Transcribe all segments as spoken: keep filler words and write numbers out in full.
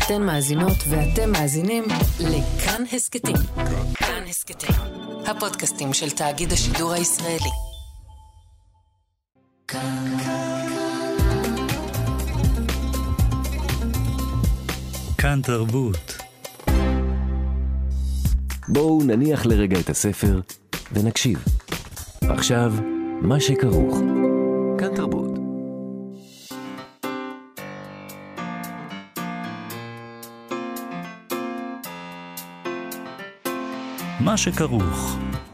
אתן מאזינות ואתם מאזינים לכאן הסקטים. כאן הסקטים, הפודקאסטים של תאגיד השידור הישראלי. כאן כאן תרבות. בואו נניח לרגע את הספר ונקשיב. עכשיו, מה שכרוך. כאן תרבות. מה שכרוך.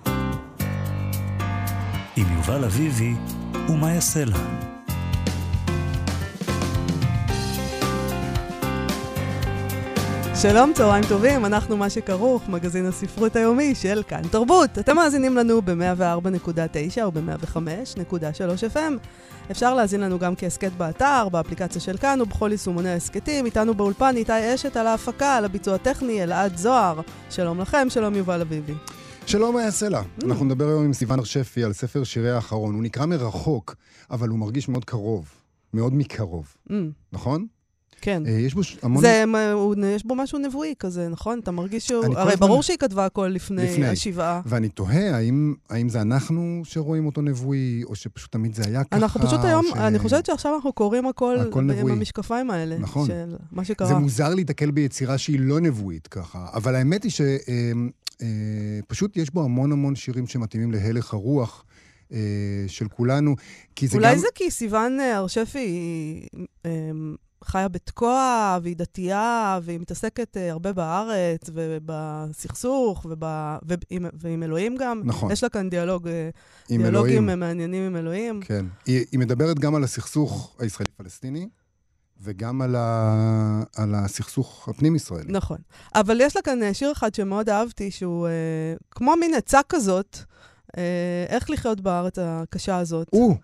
עם יובל אביבי ומה יעשה לה. שלום, צהריים טובים, אנחנו מה שכרוך, מגזין הספרות היומי של כאן תרבות. אתם מאזינים לנו ב-מאה וארבע נקודה תשע או ב-מאה וחמש נקודה שלוש אף אם. אפשר להאזין לנו גם כהסקט באתר, באפליקציה של כאן ובכל יישומוני ההסקטים. איתנו באולפן איתי אשת על ההפקה, על הביצוע הטכני, אלעד זוהר. שלום לכם, שלום יובל אביבי. שלום, מה יעשה לה? Mm. אנחנו נדבר היום עם סיוון הרשפי על ספר שירי האחרון. הוא נקרא מרחוק, אבל הוא מרגיש מאוד קרוב, מאוד מקרוב. Mm. נכון? כן. יש בו המון... זה, יש בו משהו נבואי כזה, נכון? אתה מרגיש שהוא... הרי ברור שהיא כתבה הכל לפני, לפני השבעה. ואני תוהה, האם, האם זה אנחנו שרואים אותו נבואי, או שפשוט תמיד זה היה ככה? אנחנו פשוט היום, ש... אני חושבת שעכשיו אנחנו קוראים הכל, הכל עם המשקפיים האלה. נכון. של מה שקרה. זה מוזר להתקל ביצירה שהיא לא נבואית ככה, אבל האמת היא שפשוט יש בו המון המון שירים שמתאימים להלך הרוח, של כולנו. אולי גם... זה כי סיוון הרשפי היא... חיה בתקוע, והיא דתייה, והיא מתעסקת הרבה בארץ, ובסכסוך, וב... ועם... ועם אלוהים גם. נכון. יש לה כאן דיאלוג, דיאלוגים מעניינים עם אלוהים. כן. היא, היא מדברת גם על הסכסוך הישראלי-פלסטיני, וגם על, ה... על הסכסוך הפנים-ישראלי. נכון. אבל יש לה כאן שיר אחד שמאוד אהבתי, שהוא כמו מין עצה כזאת, איך לחיות בארץ הקשה הזאת. או!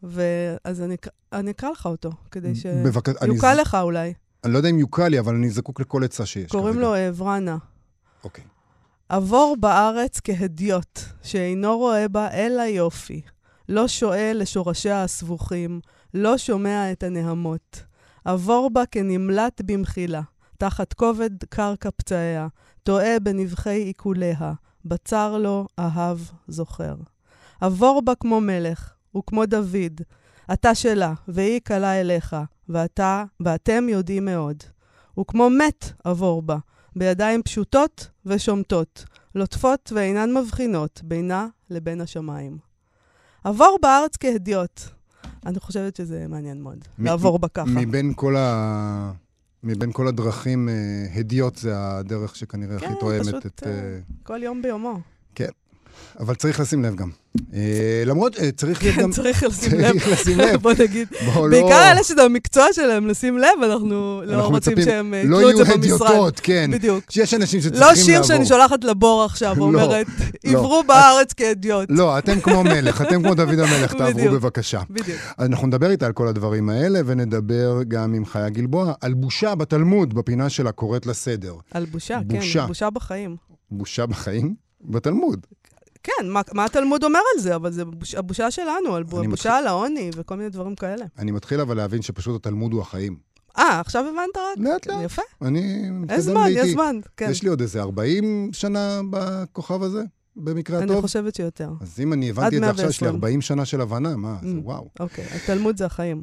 ואז אני, אני אקרא לך אותו, כדי שיוקע לך אולי. אני לא יודע אם יוקע לי, אבל אני זקוק לכל עצה שיש. קוראים לו ורנה. אוקיי. עבור בארץ כהדיוט, שאינו רואה בה אלא יופי. לא שואל לשורשיה הסבוכים, לא שומע את הנהמות. עבור בה כנמלט במחילה, תחת כובד קרקע פצעיה, טועה בנבחי עיקוליה, בצר לו אהב זוכר. עבור בה כמו מלך, וכמו דוד, אתה שלה, והיא קלה אליך, ואתה, ואתם יודעים מאוד. וכמו מת עבור בה, בידיים פשוטות ושומטות, לוטפות ואינן מבחינות, בינה לבין השמיים. עבור בארץ כהדיוט. אני חושבת שזה מעניין מאוד, מ- לעבור בה ככה. מבין כל ה... מבין כל הדרכים, הדיוט זה הדרך שכנראה כן, הכי תואמת פשוט, את... כל יום ביומו. כן. אבל צריך לשים לב גם. למרות, צריך גם... צריך לשים לב. צריך לשים לב. בוא נגיד. בעיקר אלה שזה המקצוע שלהם, לשים לב, אנחנו לא רוצים שהם יקלו את זה במשרד. לא יהיו הדיוטות, כן. בדיוק. שיש אנשים שצריכים לעבור. לא שיר שאני שולחת לבור עכשיו, אומרת, עברו בארץ כהדיוט. לא, אתם כמו מלך, אתם כמו דוד המלך, תעברו בבקשה. בדיוק. אנחנו נדבר איתה על כל הדברים האלה, ונדבר גם עם חיה גלבוע, על בושה בתלמוד, בפינה שלה קוראת לסדר. על בושה, כן, בושה בחיים. בושה בחיים? בתלמוד. כן, מה, מה התלמוד אומר על זה? אבל זה בוש, הבושה שלנו, על בושה מתחיל... על העוני וכל מיני דברים כאלה. אני מתחיל אבל להבין שפשוט התלמוד הוא החיים. אה, עכשיו הבנת רק? לאט לאט. יפה. אני יש זמן, יש זמן, כן. יש לי עוד איזה ארבעים שנה בכוכב הזה, במקרה הטוב. אני חושבת שיותר. אז אם אני הבנתי את זה עכשיו, יש לי ארבעים שנה של הבנה, מה? זה וואו. אוקיי, התלמוד זה החיים.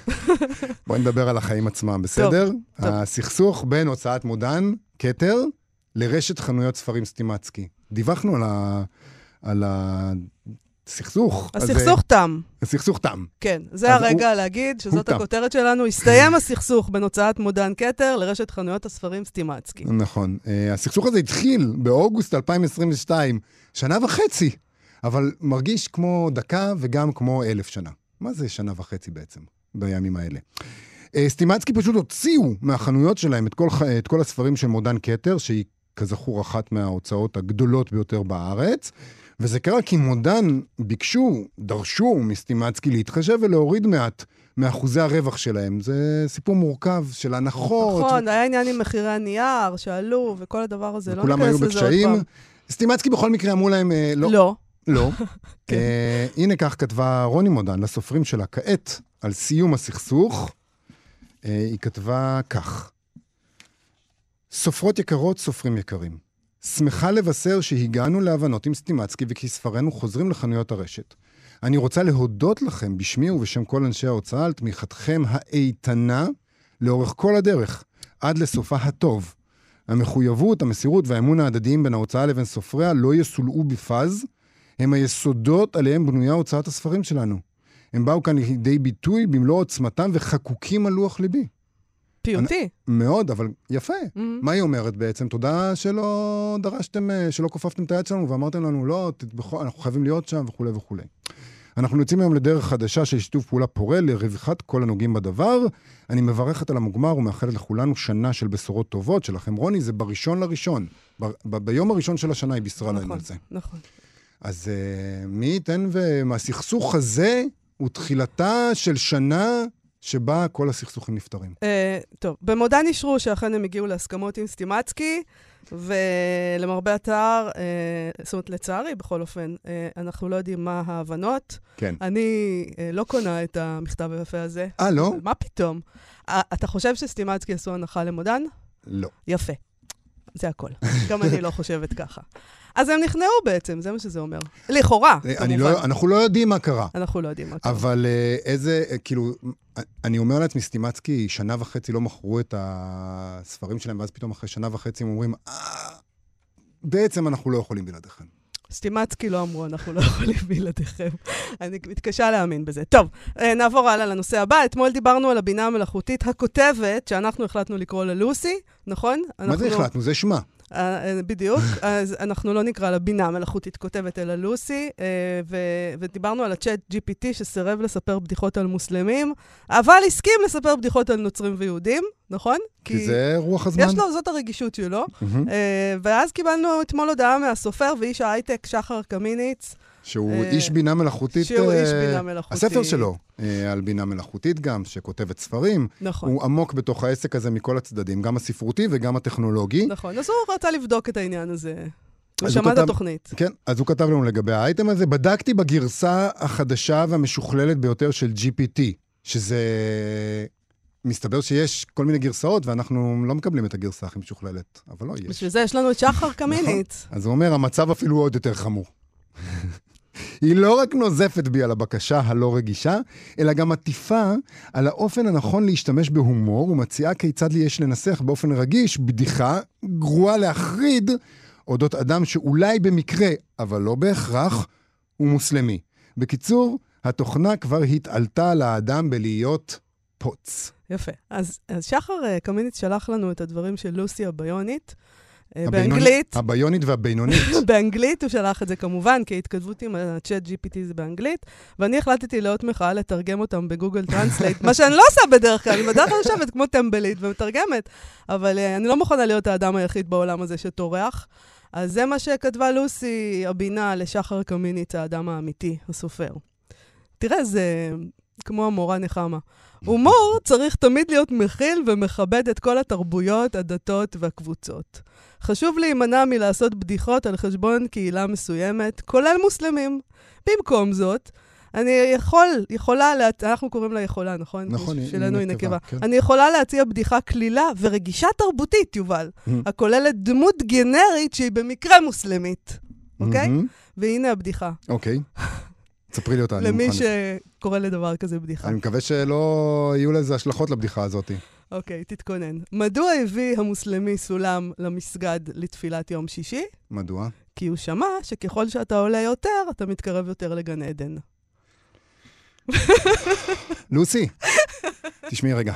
בואי נדבר על החיים עצמם, בסדר? הסכסוך בין הוצאת מודן, כתר, לרשת חנויות ספרים סטימצקי. דיווחנו על ה... על הסכסוך. הסכסוך תם. הסכסוך תם. כן, זה הרגע להגיד שזאת הכותרת שלנו. הסתיים הסכסוך בין הוצאת מודן כתר לרשת חנויות הספרים סטימצקי. נכון. הסכסוך הזה התחיל באוגוסט אלפיים עשרים ושתיים, שנה וחצי, אבל מרגיש כמו דקה וגם כמו אלף שנה. מה זה שנה וחצי בעצם בימים האלה? סטימצקי פשוט הוציאו מהחנויות שלהם את כל, את כל הספרים של מודן כתר, שהיא כזכור אחת מההוצאות הגדולות ביותר בארץ, וזה קרה כי מודן ביקשו, דרשו מסטימצקי להתחשב ולהוריד מעט מאחוזי הרווח שלהם. זה סיפור מורכב של הנחות. נכון, היה עניין עם מחירי הנייר, שעלו, וכל הדבר הזה. לא כולם היו בקשיים. סטימצקי בכל מקרה אמרו להם, לא. לא. לא. הנה כך כתבה רוני מודן לסופרים שלה כעת על סיום הסכסוך. היא כתבה כך. סופרות יקרות, סופרים יקרים. שמחה לבשר שהגענו להבנות עם סטימצקי וכי ספרנו חוזרים לחנויות הרשת. אני רוצה להודות לכם בשמי ובשם כל אנשי ההוצאה על תמיכתכם האיתנה לאורך כל הדרך, עד לסופה הטוב. המחויבות, המסירות והאמון ההדדיים בין ההוצאה לבין סופריה לא יסולאו בפז, הם היסודות עליהם בנויה הוצאת הספרים שלנו. הם באו כאן לידי ביטוי במלוא עוצמתם וחקוקים על לוח ליבי. פיוטי. מאוד, אבל יפה. Mm-hmm. מה היא אומרת בעצם? תודה שלא דרשתם, שלא כופפתם את היד שלנו ואמרתם לנו, לא, תתבחו, אנחנו חייבים להיות שם וכו' וכו'. אנחנו יוצאים היום לדרך חדשה של שיתוף פעולה פורה לרווחת כל הנוגעים בדבר. אני מברכת על המוגמר ומאחלת לכולנו שנה של בשורות טובות שלכם. רוני, זה בראשון לראשון. ב- ב- ביום הראשון של השנה היא בישרה להם על זה. נכון. אז uh, מי ייתן ומהסכסוך הזה הוא תחילתה של שנה שבה כל הסכסוכים נפטרים. Uh, טוב, במודע נשרו שאכן הם הגיעו להסכמות עם סטימצקי, ולמרבה הצער, uh, זאת אומרת, לצערי, בכל אופן, uh, אנחנו לא יודעים מה ההבנות. כן. אני uh, לא קונה את המכתב היפה הזה. אה, לא? מה פתאום? Uh, אתה חושב שסטימצקי עשו הנחה למודן? לא. יפה. זה הכל. גם אני לא חושבת ככה. אז הם נכנעו בעצם, זה מה שזה אומר. לכאורה, כמובן. לא, אנחנו לא יודעים מה קרה. אנחנו לא יודעים מה קרה. אבל איזה, כאילו, אני אומר לעצמי, סטימצקי, שנה וחצי לא מכרו את הספרים שלהם, ואז פתאום אחרי שנה וחצי הם אומרים, אה, בעצם אנחנו לא יכולים בלעדיכם. סטימצקי לא אמרו, אנחנו לא יכולים בלעדיכם. אני מתקשה להאמין בזה. טוב, נעבור הלאה לנושא הבא. אתמול דיברנו על הבינה המלאכותית הכותבת, שאנחנו החלטנו לקרוא לה לוסי, נכון? מה זה החלטנו? זה שמה. בדיוק, אז אנחנו לא נקרא לה בינה מלאכותית כותבת אלא לוסי, ודיברנו על הצ'אט ג'י פי טי שסירב לספר בדיחות על מוסלמים, אבל הסכים לספר בדיחות על נוצרים ויהודים, נכון? כי זה רוח הזמן. יש לו, זאת הרגישות שלו. ואז קיבלנו אתמול הודעה מהסופר ואיש ההייטק שחר קמיניץ, שהוא איש בינה מלאכותית. שהוא איש בינה מלאכותית. הספר שלו על בינה מלאכותית גם, שכותבת ספרים. נכון. הוא עמוק בתוך העסק הזה מכל הצדדים, גם הספרותי וגם הטכנולוגי. נכון, אז הוא רצה לבדוק את העניין הזה. הוא שמע את התוכנית. כן, אז הוא כתב לנו לגבי האייטם הזה. בדקתי בגרסה החדשה והמשוכללת ביותר של ג'י פי טי, שזה מסתבר שיש כל מיני גרסאות, ואנחנו לא מקבלים את הגרסה הכי משוכללת, אבל לא יש. בשביל זה יש לנו את שחר קמיניץ. אז הוא אומר, המצב אפילו עוד יותר חמור. היא לא רק נוזפת בי על הבקשה הלא רגישה, אלא גם עטיפה על האופן הנכון להשתמש בהומור, ומציעה כיצד לי יש לנסח באופן רגיש בדיחה גרועה להחריד, אודות אדם שאולי במקרה, אבל לא בהכרח, הוא מוסלמי. בקיצור, התוכנה כבר התעלתה לאדם בלהיות פוץ. יפה. אז, אז שחר קמיניץ שלח לנו את הדברים של לוסי הביונית, באנגלית. הביונית והבינונית. באנגלית הוא שלח את זה כמובן, כי ההתכתבות עם הצ'אט ג'י פי טי זה באנגלית, ואני החלטתי להיות מחאה לתרגם אותם בגוגל טרנסלייט, מה שאני לא עושה בדרך כלל, אני בדרך כלל יושבת כמו טמבלית ומתרגמת, אבל אני לא מוכנה להיות האדם היחיד בעולם הזה שטורח. אז זה מה שכתבה לוסי הבינה לשחר קמיניץ, האדם האמיתי, הסופר. תראה, זה כמו המורה נחמה. הומור צריך תמיד להיות מכיל ומכבד את כל התרבויות, הדתות והקבוצות. חשוב להימנע מלעשות בדיחות על חשבון קהילה מסוימת, כולל מוסלמים. במקום זאת, אני יכול, יכולה, לה... אנחנו קוראים לה יכולה, נכון? נכון, שלנו היא נקבה. כן. אני יכולה להציע בדיחה כלילה ורגישה תרבותית, יובל, הכוללת דמות גנרית שהיא במקרה מוסלמית. אוקיי? והנה הבדיחה. אוקיי. תספרי לי אותה. למי שקורא לדבר כזה בדיחה. אני מקווה שלא יהיו לזה השלכות לבדיחה הזאת. אוקיי, תתכונן. מדוע הביא המוסלמי סולם למסגד לתפילת יום שישי? מדוע? כי הוא שמע שככל שאתה עולה יותר, אתה מתקרב יותר לגן עדן. לוסי, תשמעי רגע.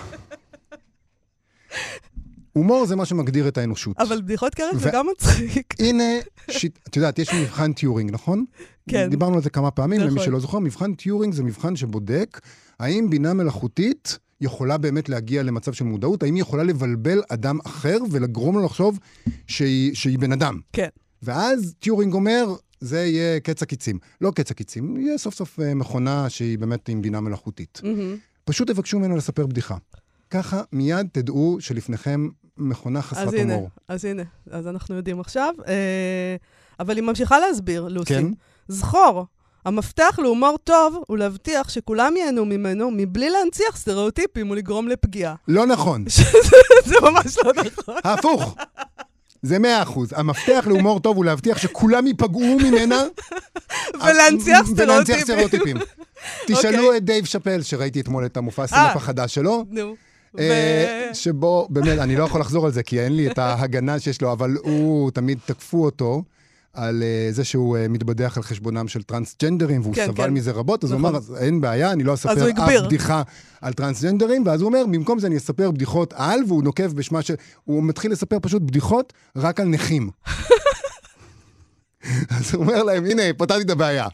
הומור זה מה שמגדיר את האנושות. אבל בדיחות קרק זה גם מצחיק. הנה, את יודעת, יש מבחן טיורינג, נכון? כן. דיברנו על זה כמה פעמים, למי שלא זוכר, מבחן טיורינג זה מבחן שבודק האם בינה מלאכותית יכולה באמת להגיע למצב של מודעות, האם היא יכולה לבלבל אדם אחר ולגרום לו לחשוב שהיא, שהיא בן אדם. כן. ואז טיורינג אומר, זה יהיה קץ הקיצים. לא קץ הקיצים, יהיה סוף סוף מכונה שהיא באמת עם בינה מלאכותית. פשוט תבקשו ממנו לספר בדיחה. ככה מיד תדעו שלפניכם מכונה חסרת הומור. אז הנה, אז אנחנו יודעים עכשיו. אבל היא ממשיכה להסביר, לוסי. כן. זכור, המפתח להומור טוב הוא להבטיח שכולם ייהנו ממנו מבלי להנציח סטריאוטיפים ולגרום לפגיעה. לא נכון. זה ממש לא נכון. הפוך. זה מאה אחוז. המפתח להומור טוב הוא להבטיח שכולם ייפגעו ממנה. ולהנציח ולהנציח סטריאוטיפים. סטריאוטיפים. תשאלו את דייב שאפל, שראיתי אתמול את המופע הסטנדאפ החדש שלו. נו. שבו, באמת, אני לא יכול לחזור על זה, כי אין לי את ההגנה שיש לו, אבל הוא, תמיד תקפו אותו על זה שהוא מתבדח על חשבונם של טרנסג'נדרים, והוא סבל מזה רבות, אז הוא אמר, אין בעיה, אני לא אספר אף בדיחה על טרנסג'נדרים, ואז הוא אומר, במקום זה אני אספר בדיחות על, והוא נוקב בשמה של, הוא מתחיל לספר פשוט בדיחות רק על נכים. אז הוא אומר להם, הנה, פתרתי את הבעיה.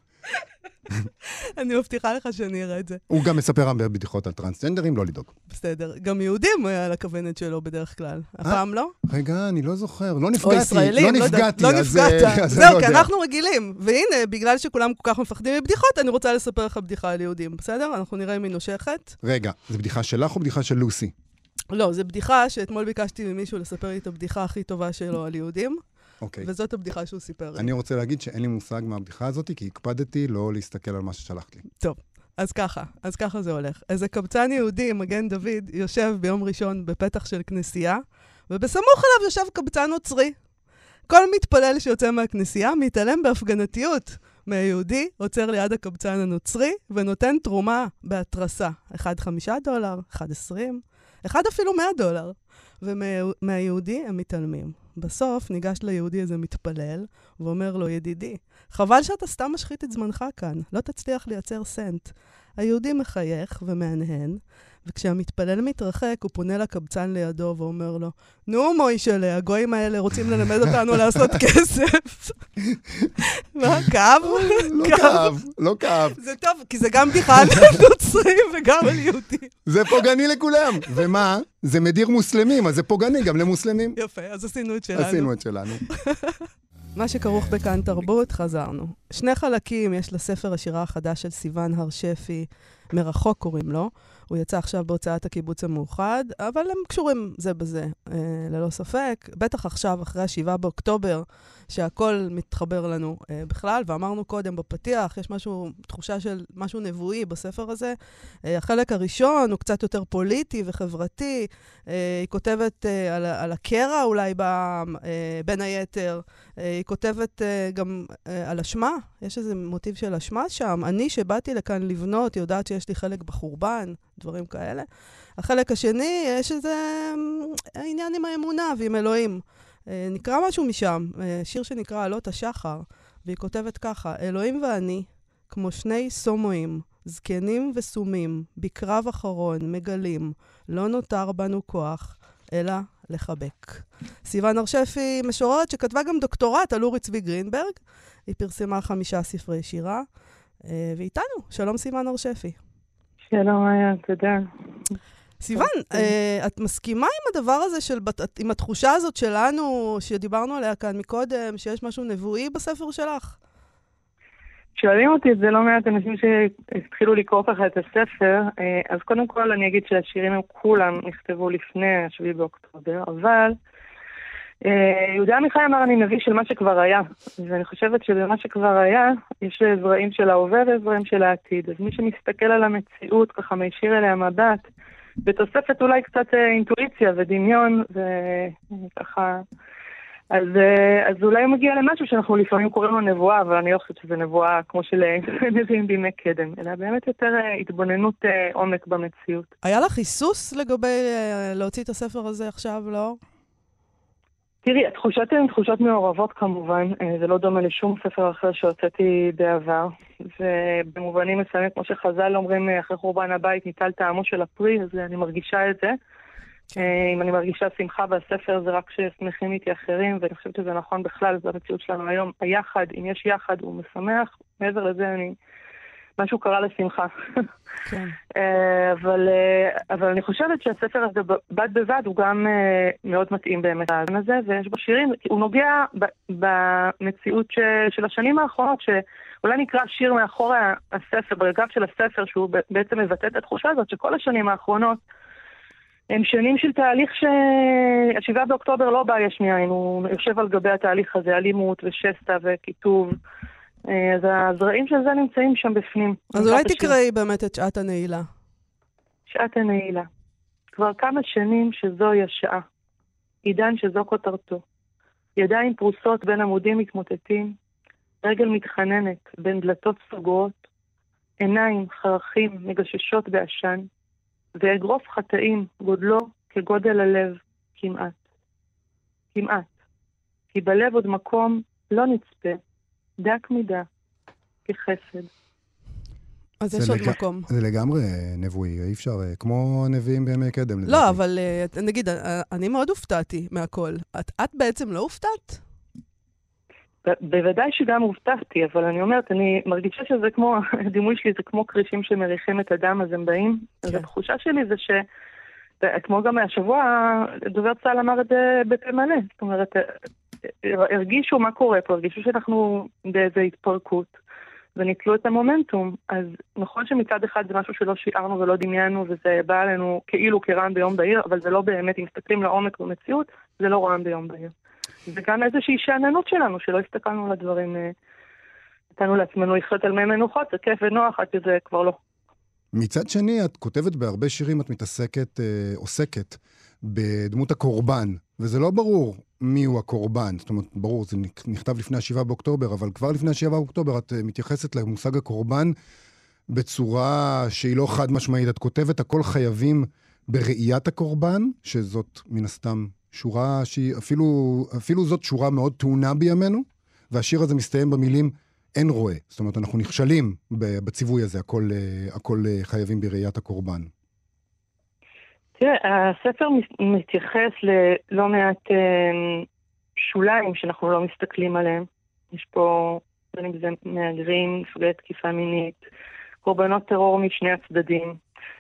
אני מבטיחה לך שאני אראה את זה. הוא גם מספר הרבה בדיחות על טרנסג'נדרים, לא לדאוג. בסדר. גם יהודים על הכוונת שלו בדרך כלל. הפעם לא? רגע, אני לא זוכר. לא נפגעתי. או ישראלים. לא נפגעתי. לא נפגעת. זהו, כי אנחנו רגילים. והנה, בגלל שכולם כל כך מפחדים מבדיחות, אני רוצה לספר לך בדיחה על יהודים. בסדר? אנחנו נראה אם היא נושכת. רגע, זה בדיחה שלך או בדיחה של לוסי? לא, זה בדיחה שאתמול ביקשתי ממישהו לספר לי את הבדיחה הכי טובה שלו על יהודים. אוקיי. וזאת הבדיחה שהוא סיפר לי. אני רוצה להגיד שאין לי מושג מהבדיחה הזאת, כי הקפדתי לא להסתכל על מה ששלחת לי. טוב, אז ככה, אז ככה זה הולך. איזה קבצן יהודי, מגן דוד, יושב ביום ראשון בפתח של כנסייה, ובסמוך אליו יושב קבצן נוצרי. כל מתפלל שיוצא מהכנסייה מתעלם בהפגנתיות מהיהודי, עוצר ליד הקבצן הנוצרי, ונותן תרומה בהתרסה. אחד חמישה דולר, אחד עשרים, אחד אפילו מאה דולר. ומהיהודי הם מתעלמים. בסוף ניגש ליהודי איזה מתפלל, ואומר לו, ידידי, חבל שאתה סתם משחית את זמנך כאן, לא תצליח לייצר סנט. היהודי מחייך ומענהן, וכשהמתפלל מתרחק, הוא פונה לקבצן לידו ואומר לו, נו מוישלה, הגויים האלה רוצים ללמד אותנו לעשות כסף. מה, כאב? לא כאב, לא כאב. זה טוב, כי זה גם בדיחה על נוצרים וגם על יהודים. זה פוגעני לכולם. ומה? זה מדיר מוסלמים, אז זה פוגעני גם למוסלמים. יפה, אז עשינו את שלנו. עשינו את שלנו. מה שכרוך בכאן תרבות, חזרנו. שני חלקים יש לספר השירה החדש של סיוון הר שפי, מרחוק קוראים לו. הוא יצא עכשיו בהוצאת הקיבוץ המאוחד, אבל הם קשורים זה בזה, אה, ללא ספק. בטח עכשיו, אחרי השבעה באוקטובר, שהכל מתחבר לנו אה, בכלל, ואמרנו קודם בפתיח, יש משהו, תחושה של משהו נבואי בספר הזה. אה, החלק הראשון הוא קצת יותר פוליטי וחברתי. אה, היא כותבת אה, על, על הקרע אולי בה, אה, בין היתר. אה, היא כותבת אה, גם אה, על אשמה. יש איזה מוטיב של אשמה שם. אני שבאתי לכאן לבנות, יודעת שיש לי חלק בחורבן, דברים כאלה. החלק השני, יש איזה עניין עם האמונה ועם אלוהים. נקרא משהו משם, שיר שנקרא עלות השחר, והיא כותבת ככה, אלוהים ואני, כמו שני סומואים, זקנים וסומים, בקרב אחרון, מגלים, לא נותר בנו כוח, אלא לחבק. סיוון הר שפי משוררת שכתבה גם דוקטורט על אורי צבי גרינברג, היא פרסמה חמישה ספרי שירה, ואיתנו, שלום סיוון הר שפי. שלום, היה, תודה. סיוון, את מסכימה עם הדבר הזה, עם התחושה הזאת שלנו, שדיברנו עליה כאן מקודם, שיש משהו נבואי בספר שלך? שואלים אותי את זה לא מעט אנשים שהתחילו לקרוא ככה את הספר, אז קודם כל אני אגיד שהשירים הם כולם נכתבו לפני השביעי באוקטובר, אבל יהודה עמיחי אמר אני נביא של מה שכבר היה, ואני חושבת שבמה שכבר היה, יש זרעים של ההווה וזרעים של העתיד, אז מי שמסתכל על המציאות ככה מישיר אליה מבט, בתוספת אולי קצת אינטואיציה ודמיון, וככה, אז, אז אולי הוא מגיע למשהו שאנחנו לפעמים קוראים לו נבואה, אבל אני לא חושבת שזה נבואה כמו של נביאים בימי קדם, אלא באמת יותר התבוננות עומק במציאות. היה לך היסוס לגבי להוציא את הספר הזה עכשיו, לא? תראי, התחושות הן תחושות מעורבות כמובן, זה לא דומה לשום ספר אחר שהוצאתי בעבר, ובמובנים מסוימים, כמו שחז"ל אומרים, אחרי חורבן הבית ניטל טעמו של הפרי, אז אני מרגישה את זה. אם אני מרגישה שמחה בספר, זה רק ששמחים איתי אחרים, ואני חושבת שזה נכון בכלל, זו המציאות שלנו היום. היחד, אם יש יחד, הוא משמח, מעבר לזה אני... משהו קרה לשמחה. כן. אבל, אבל אני חושבת שהספר הזה בד בבד הוא גם מאוד מתאים באמת לעזן הזה, ויש בו שירים, הוא נוגע במציאות של השנים האחרונות, שאולי נקרא שיר מאחורי הספר, ברגב של הספר, שהוא בעצם מבטא את התחושה הזאת, שכל השנים האחרונות הם שנים של תהליך שהשבעה באוקטובר לא בא יש מאין, הוא יושב על גבי התהליך הזה, אלימות ושסע וכיתוב, אז הזרעים של זה נמצאים שם בפנים. אז אולי תקראי באמת את שעת הנעילה. שעת הנעילה. כבר כמה שנים שזוהי השעה. עידן שזו כותרתו. ידיים פרוסות בין עמודים מתמוטטים, רגל מתחננת בין דלתות סוגרות, עיניים חרכים מגששות בעשן, ואגרוף חטאים גודלו כגודל הלב כמעט. כמעט. כי בלב עוד מקום לא נצפה, דק מידה, כחסד. אז יש עוד מקום. זה לגמרי נבואי, אי אפשר, כמו נביאים בימי קדם. לא, אבל נגיד, אני מאוד הופתעתי מהכל. את בעצם לא הופתעת? בוודאי שגם הופתעתי, אבל אני אומרת, אני מרגישה שזה כמו, הדימוי שלי זה כמו קרישים שמריחים את הדם, אז הם באים. אז התחושה שלי זה ש... כמו גם מהשבוע, דובר צה"ל אמר את זה בפה מלא. זאת אומרת, הרגישו מה קורה פה, הרגישו שאנחנו באיזו התפרקות, וניצלו את המומנטום. אז נכון שמצד אחד זה משהו שלא שיערנו ולא דמיינו, וזה בא עלינו כאילו כרעם ביום בהיר, אבל זה לא באמת, אם מסתכלים לעומק במציאות, זה לא רעם ביום בהיר. זה גם איזושהי שעננות שלנו, שלא הסתכלנו על הדברים, נתנו לעצמנו לחיות על מי מנוחות, זה כיף ונוח, עד שזה כבר לא. מצד שני, את כותבת בהרבה שירים, את מתעסקת, אה, עוסקת בדמות הקורבן, וזה לא ברור מיהו הקורבן. זאת אומרת, ברור, זה נכתב לפני השבעה באוקטובר, אבל כבר לפני השבעה באוקטובר את מתייחסת למושג הקורבן בצורה שהיא לא חד משמעית. את כותבת, הכל חייבים בראיית הקורבן, שזאת מן הסתם שורה שהיא, אפילו, אפילו זאת שורה מאוד טעונה בימינו, והשיר הזה מסתיים במילים אין רואה. זאת אומרת, אנחנו נכשלים בציווי הזה, הכל, הכל חייבים בראיית הקורבן. תראה, הספר מתייחס ללא מעט שוליים שאנחנו לא מסתכלים עליהם. יש פה, בין אם זה מהגרים, נפגעי תקיפה מינית, קורבנות טרור משני הצדדים.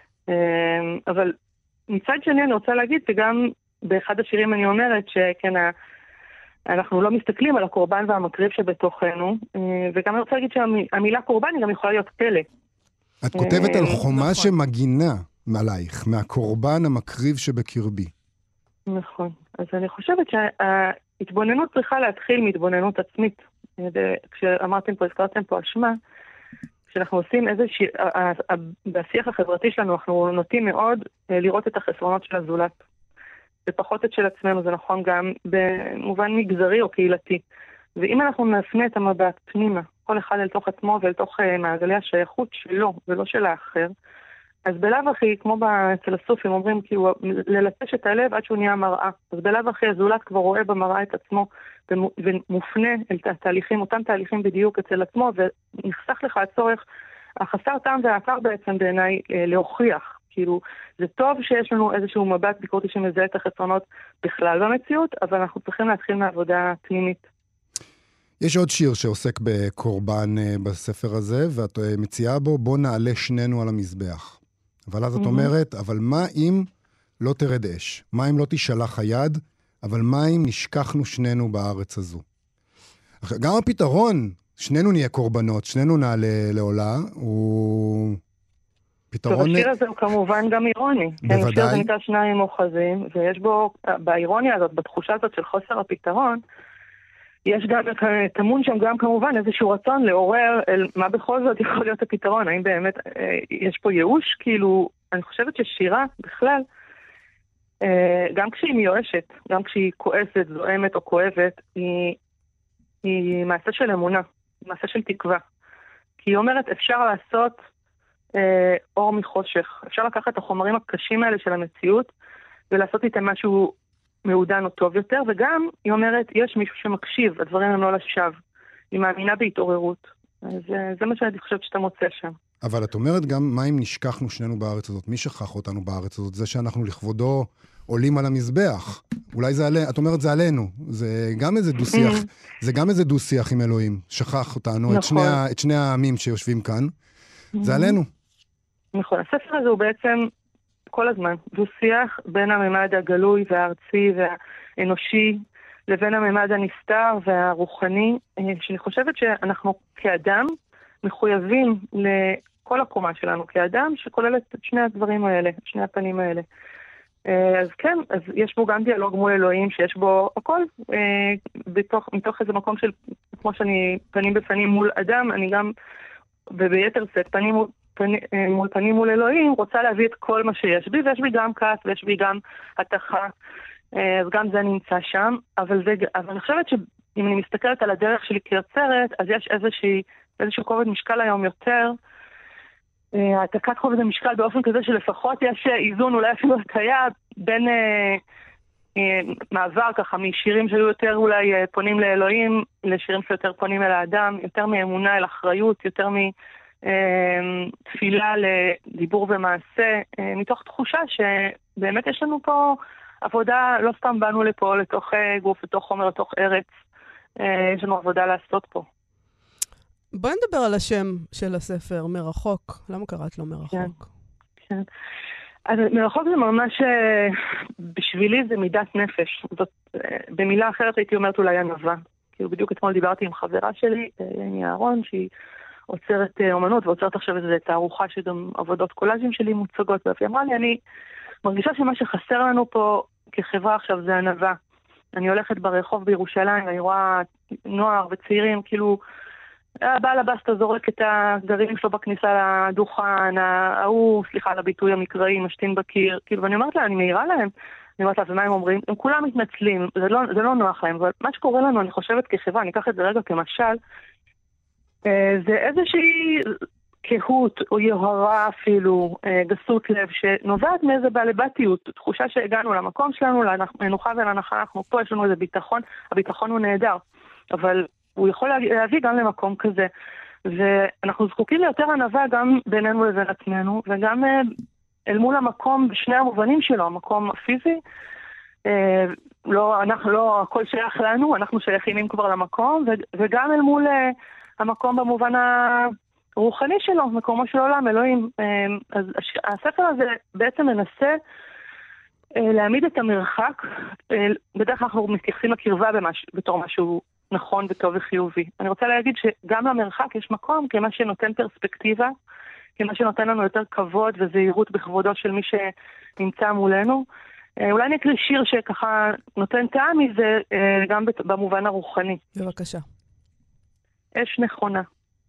אבל מצד שני אני רוצה להגיד שגם באחד השירים אני אומרת שכן, אנחנו לא מסתכלים על הקורבן והמקריב שבתוכנו, וגם אני רוצה להגיד שהמילה קורבן היא גם יכולה להיות פלא. את כותבת על חומה שמגינה עלייך, מהקורבן המקריב שבקרבי. נכון. אז אני חושבת שההתבוננות צריכה להתחיל מהתבוננות עצמית. כשאמרתם פה, הזכרתם פה אשמה, כשאנחנו עושים איזושהי, בשיח החברתי שלנו אנחנו נוטים מאוד לראות את החסרונות של הזולת. ופחות את של עצמנו, זה נכון גם במובן מגזרי או קהילתי. ואם אנחנו נפנה את המבט פנימה, כל אחד אל תוך עצמו ואל תוך מעגלי השייכות שלו ולא של האחר, אז בלב אחי, כמו אצל הסופים, אומרים כאילו ללטש את הלב עד שהוא נהיה מראה. אז בלב אחי הזולת כבר רואה במראה את עצמו ומופנה אל התהליכים, אותם תהליכים בדיוק אצל עצמו, ונחסך לך הצורך, החסר טעם והעקר בעצם בעיניי להוכיח. כאילו, זה טוב שיש לנו איזשהו מבט ביקורתי שמזהה את החסרונות בכלל במציאות, אבל אנחנו צריכים להתחיל מעבודה פנימית. יש עוד שיר שעוסק בקורבן בספר הזה, ואת מציעה בו, בוא נעלה שנינו על המזבח. אבל אז את אומרת, אבל מה אם לא תרד אש? מה אם לא תשלח היד? אבל מה אם נשכחנו שנינו בארץ הזו? גם הפתרון, שנינו נהיה קורבנות, שנינו נעלה לעולה, הוא... פתרון... השיר הזה הוא כמובן גם אירוני. בוודאי. השיר הזה נקרא שניים אוחזים, ויש בו, באירוניה הזאת, בתחושה הזאת של חוסר הפתרון, יש גם, תמון שם גם כמובן איזשהו רצון לעורר אל מה בכל זאת יכול להיות הפתרון. האם באמת יש פה ייאוש? כאילו, אני חושבת ששירה בכלל, גם כשהיא מיואשת, גם כשהיא כועסת, זועמת או כואבת, היא, היא מעשה של אמונה, מעשה של תקווה. כי היא אומרת, אפשר לעשות אה, אור מחושך. אפשר לקחת את החומרים הקשים האלה של המציאות, ולעשות איתם משהו מעודן או טוב יותר, וגם היא אומרת, יש מישהו שמקשיב, הדברים הם לא לשווא. היא מאמינה בהתעוררות. אז אה, זה מה שאני חושבת שאתה מוצא שם. אבל את אומרת גם, מה אם נשכחנו שנינו בארץ הזאת? מי שכח אותנו בארץ הזאת? זה שאנחנו לכבודו עולים על המזבח. אולי זה עלינו, את אומרת זה עלינו. זה גם איזה דו-שיח, זה גם איזה דו-שיח עם אלוהים. שכח אותנו, את שני, את שני העמים שיושבים כאן. זה עלינו. נכון, הספר הזה הוא בעצם כל הזמן דו-שיח בין הממד הגלוי והארצי והאנושי, לבין הממד הנסתר והרוחני, שאני חושבת שאנחנו כאדם מחויבים לכל הקומה שלנו כאדם, שכוללת את שני הדברים האלה, שני הפנים האלה. אז כן, אז יש בו גם דיאלוג מול אלוהים, שיש בו הכל, בתוך, מתוך איזה מקום של, כמו שאני פנים בפנים מול אדם, אני גם, וביתר סט, פנים מול, פנים, מול פנים מול אלוהים, רוצה להביא את כל מה שיש בי, ויש בי גם כעס, ויש בי גם התחה, אז גם זה נמצא שם, אבל, זה, אבל אני חושבת שאם אני מסתכלת על הדרך שלי כיוצרת, אז יש איזושהי, איזשהו כובד משקל היום יותר, העתקת כובד המשקל באופן כזה שלפחות יש איזון, אולי אפילו הטיה, בין אה, אה, מעבר ככה משירים שהיו יותר אולי אה, פונים לאלוהים, לשירים שיותר פונים אל האדם, יותר מאמונה אל אחריות, יותר מתפילה לדיבור ומעשה, אה, מתוך תחושה שבאמת יש לנו פה עבודה, לא סתם באנו לפה לתוך אה, גוף, לתוך חומר, לתוך ארץ, אה, יש לנו עבודה לעשות פה. בואי נדבר על השם של הספר, מרחוק. למה קראת לו מרחוק? כן, כן. אז מרחוק זה ממש, בשבילי זה מידת נפש. זאת, במילה אחרת הייתי אומרת אולי ענווה. כאילו בדיוק אתמול דיברתי עם חברה שלי, יני אהרון, שהיא עוצרת אומנות, ועוצרת עכשיו איזו תערוכה שגם עבודות קולאז'ים שלי מוצגות, והיא אמרה לי, אני מרגישה שמה שחסר לנו פה כחברה עכשיו זה ענווה. אני הולכת ברחוב בירושלים, ואני רואה נוער וצעירים, כאילו, הבעל הבסטה זורק את הגרעינים שלו בכניסה לדוכן, ההוא, סליחה על הביטוי המקראי, משתין בקיר, כאילו, ואני אומרת לה, אני מעירה להם, אני אומרת לה, ומה הם אומרים? הם כולם מתנצלים, זה לא, זה לא נוח להם, אבל מה שקורה לנו, אני חושבת כחברה, אני אקח את זה רגע כמשל, זה איזושהי קהות או יוהרה אפילו, גסות לב, שנובעת מאיזה בעלבתיות, תחושה שהגענו למקום שלנו, למנוחה ולנחלה, אנחנו פה, יש לנו איזה ביטחון, הביטחון הוא נהדר, אבל הוא יכול להביא גם למקום כזה. ואנחנו זקוקים ליותר ענווה גם בינינו לבין עצמנו, וגם אל מול המקום בשני המובנים שלו, המקום הפיזי, לא, אנחנו, לא הכל שייך לנו, אנחנו שייכים כבר למקום, וגם אל מול המקום במובן הרוחני שלו, מקומו של עולם, אלוהים. אז הספר הזה בעצם מנסה להעמיד את המרחק, בדרך כלל אנחנו מתייחסים לקרבה במש, בתור משהו נכון וטוב וחיובי. אני רוצה להגיד שגם למרחק יש מקום כמה שנותן פרספקטיבה, כמה שנותן לנו יותר כבוד וזהירות בכבודו של מי שנמצא מולנו. אולי אני אקריא שיר שככה נותן טעם מזה גם במובן הרוחני. בבקשה. אש נכונה.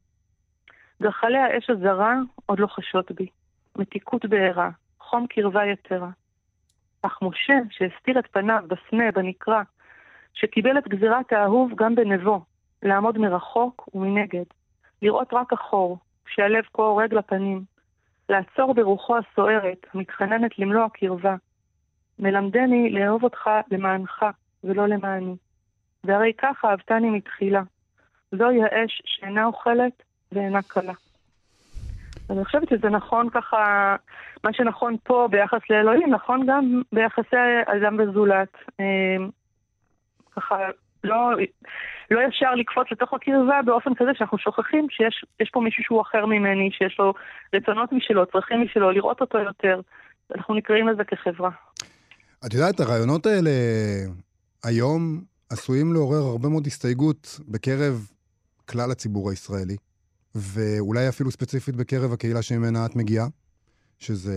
גחלי האש הזרה עוד לא חשות בי. מתיקות בעירה, חום קרבה יתרה. אך משה שהסתיר את פניו בסנה, בנקרא, שקיבל את גזירת האהוב גם בנבו, לעמוד מרחוק ומנגד, לראות רק אחור, שהלב כה הורג לפנים, לעצור ברוחו הסוערת, מתחננת למלוא הקרבה, מלמדני לאהוב אותך למענך ולא למעני, והרי ככה אהבתני מתחילה, זוהי האש שאינה אוכלת ואינה קלה. אז אני חושבת שזה נכון ככה, מה שנכון פה ביחס לאלוהים, נכון גם ביחסי אדם וזולת. ככה לא, לא ישר לקפוץ לתוך הקרבה באופן כזה שאנחנו שוכחים שיש יש פה מישהו שהוא אחר ממני, שיש לו רצונות משלו, צרכים משלו, לראות אותו יותר. אנחנו נקראים לזה כחברה. את יודעת, הרעיונות האלה היום עשויים לעורר הרבה מאוד הסתייגות בקרב כלל הציבור הישראלי, ואולי אפילו ספציפית בקרב הקהילה שממנה את מגיעה, שזה,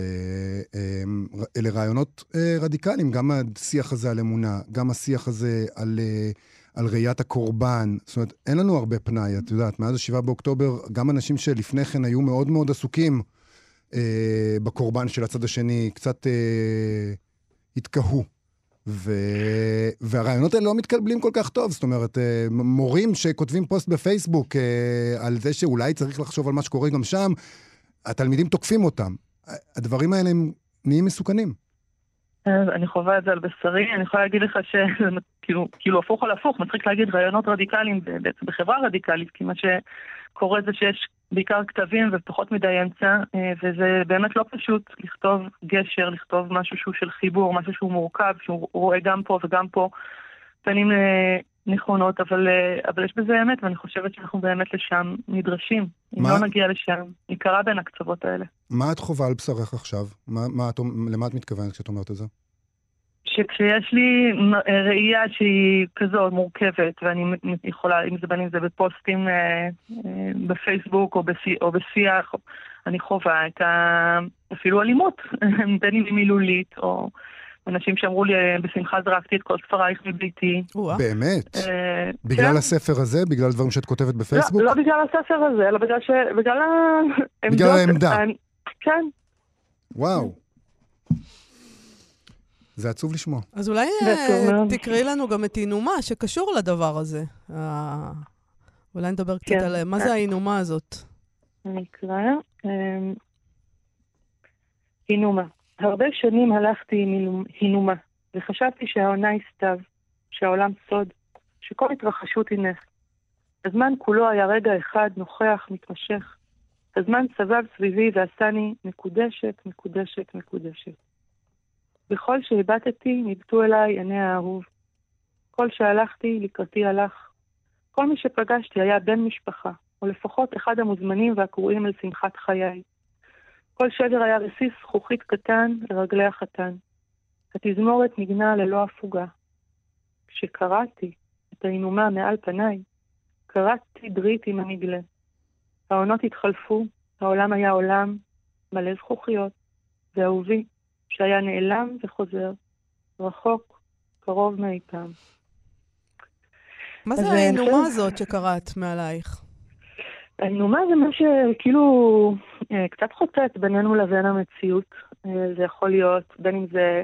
אלה רעיונות רדיקליים, גם השיח הזה על אמונה, גם השיח הזה על, על ראיית הקורבן, זאת אומרת, אין לנו הרבה פנאי, את יודעת, מאז השבעה באוקטובר, גם אנשים שלפני כן היו מאוד מאוד עסוקים אה, בקורבן של הצד השני, קצת אה, התקהו, ו... והרעיונות האלה לא מתקבלים כל כך טוב, זאת אומרת, אה, מורים שכותבים פוסט בפייסבוק אה, על זה שאולי צריך לחשוב על מה שקורה גם שם, התלמידים תוקפים אותם. הדברים האלה הם נהיים מסוכנים. אני חווה את זה על בשרי, אני יכולה להגיד לך שכאילו, כאילו הפוך על הפוך, מצחיק להגיד רעיונות רדיקליים בעצם בחברה רדיקלית, כי מה שקורה זה שיש בעיקר כתבים ופחות מדי אמצע, וזה באמת לא פשוט לכתוב גשר, לכתוב משהו שהוא של חיבור, משהו שהוא מורכב, שהוא רואה גם פה וגם פה פנים נכונות, אבל, אבל יש בזה אמת, ואני חושבת שאנחנו באמת לשם נדרשים. אם מה? לא נגיע לשם, נקרא בין הקצוות האלה. מה את חובה על בשרך עכשיו? מה, מה את, למה את מתכוונת כשאת אומרת את זה? שכשיש לי ראייה שהיא כזו מורכבת, ואני יכולה, אם זה בין אם זה בפוסטים אה, אה, בפייסבוק או, בשי, או בשיח, אני חובה את ה, אפילו אלימות, בין אם היא מילולית, או אנשים שאמרו לי, בשמחה זרקתי את כל ספרייך מביתי. באמת? בגלל הספר הזה? בגלל דברים שאת כותבת בפייסבוק? לא בגלל הספר הזה, אלא בגלל העמדות. בגלל העמדה. כן. וואו. זה עצוב לשמוע. אז אולי תקראי לנו גם את אינומה שקשור לדבר הזה. אולי נדבר קצת על מה זה האינומה הזאת. אני אקרא. אינומה. הרבה שנים הלכתי עם אינומה, וחשבתי שהעונה היא סתיו, שהעולם סוד, שכל התרחשות היא נס. הזמן כולו היה רגע אחד נוכח, מתמשך. הזמן סבב סביבי ועשני מקודשת, מקודשת, מקודשת. בכל שהבטתי נבטו אליי עיני האהוב. כל שהלכתי לקראתי הלך. כל מי שפגשתי היה בן משפחה, או לפחות אחד המוזמנים והקרואים אל שמחת חיי. כל שבר היה רסיס זכוכית קטן לרגלי החתן. התזמורת נגנה ללא הפוגה. כשקראתי את האינומה מעל פניי, קראתי ברית עם הנגלה. העונות התחלפו, העולם היה עולם מלא זכוכיות, ואהובי שהיה נעלם וחוזר, רחוק, קרוב מאי פעם. מה זה האינומה הזאת שקראת מעלייך? האינומה זה מה שכאילו קצת חוצץ בינינו לבין המציאות. זה יכול להיות, בין אם זה,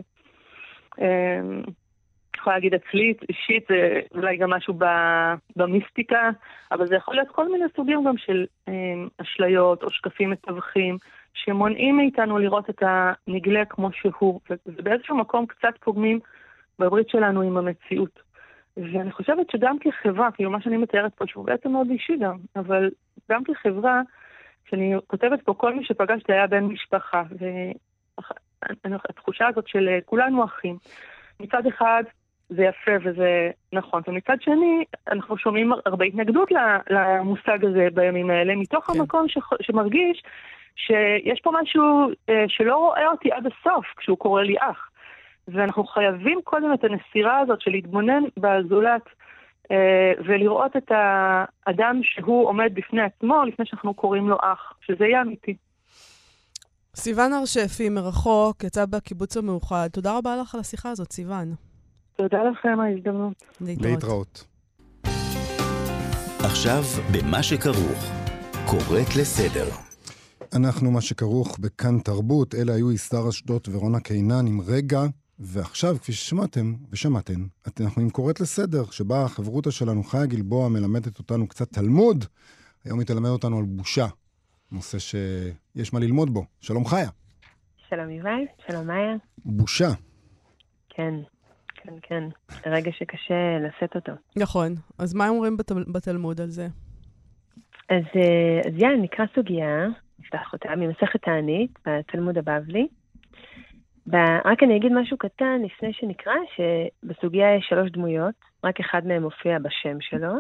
יכול להגיד אצלית, אישית, זה אולי גם משהו במיסטיקה, אבל זה יכול להיות כל מיני סוגים גם של אשליות או שקפים מתווכים, שמונעים מאיתנו לראות את הנגלה כמו שהוא. וזה באיזשהו מקום קצת פוגמים בברית שלנו עם המציאות. ואני חושבת שגם כחברה, כאילו מה שאני מתארת פה, שהוא בעצם מאוד אישי גם, אבל גם כחברה, כשאני כותבת פה כל מי שפגשתי היה בן משפחה, והתחושה הזאת של כולנו אחים. מצד אחד זה יפה וזה נכון, ומצד שני אנחנו שומעים הרבה התנגדות למושג הזה בימים האלה, מתוך כן. המקום ש, שמרגיש שיש פה משהו שלא רואה אותי עד הסוף כשהוא קורא לי אח. ואנחנו חייבים קודם את הנסירה הזאת של להתבונן בזולת אה, ולראות את האדם שהוא עומד בפני עצמו לפני שאנחנו קוראים לו אח, שזה יהיה אמיתי. סיוון הרשפי מרחוק, יצא בקיבוץ המאוחד. תודה רבה לך על השיחה הזאת, סיוון. תודה לכם ההזדמנות. להתראות. להתראות. עכשיו במה שכרוך, קוראת לסדר. אנחנו מה שכרוך בכאן תרבות, אלה היו איסתר אשדות ורונה קינן עם רגע, ועכשיו, כפי ששמעתם ושמעתם, אנחנו עם קוראת לסדר, שבה החברותה שלנו, חיה גלבוע, מלמדת אותנו קצת תלמוד, היום היא תלמד אותנו על בושה, נושא שיש מה ללמוד בו. שלום חיה. שלום יובל, שלום מאיה. בושה. כן, כן, כן. רגע שקשה לשאת אותו. נכון. אז מה אומרים בתל... בתלמוד על זה? אז, אז יאללה, נקרא סוגיה, נפתח אותה, ממסכת תענית, בתלמוד הבבלי. ב... רק אני אגיד משהו קטן לפני שנקרא, שבסוגיה יש שלוש דמויות, רק אחד מהם מופיע בשם שלו,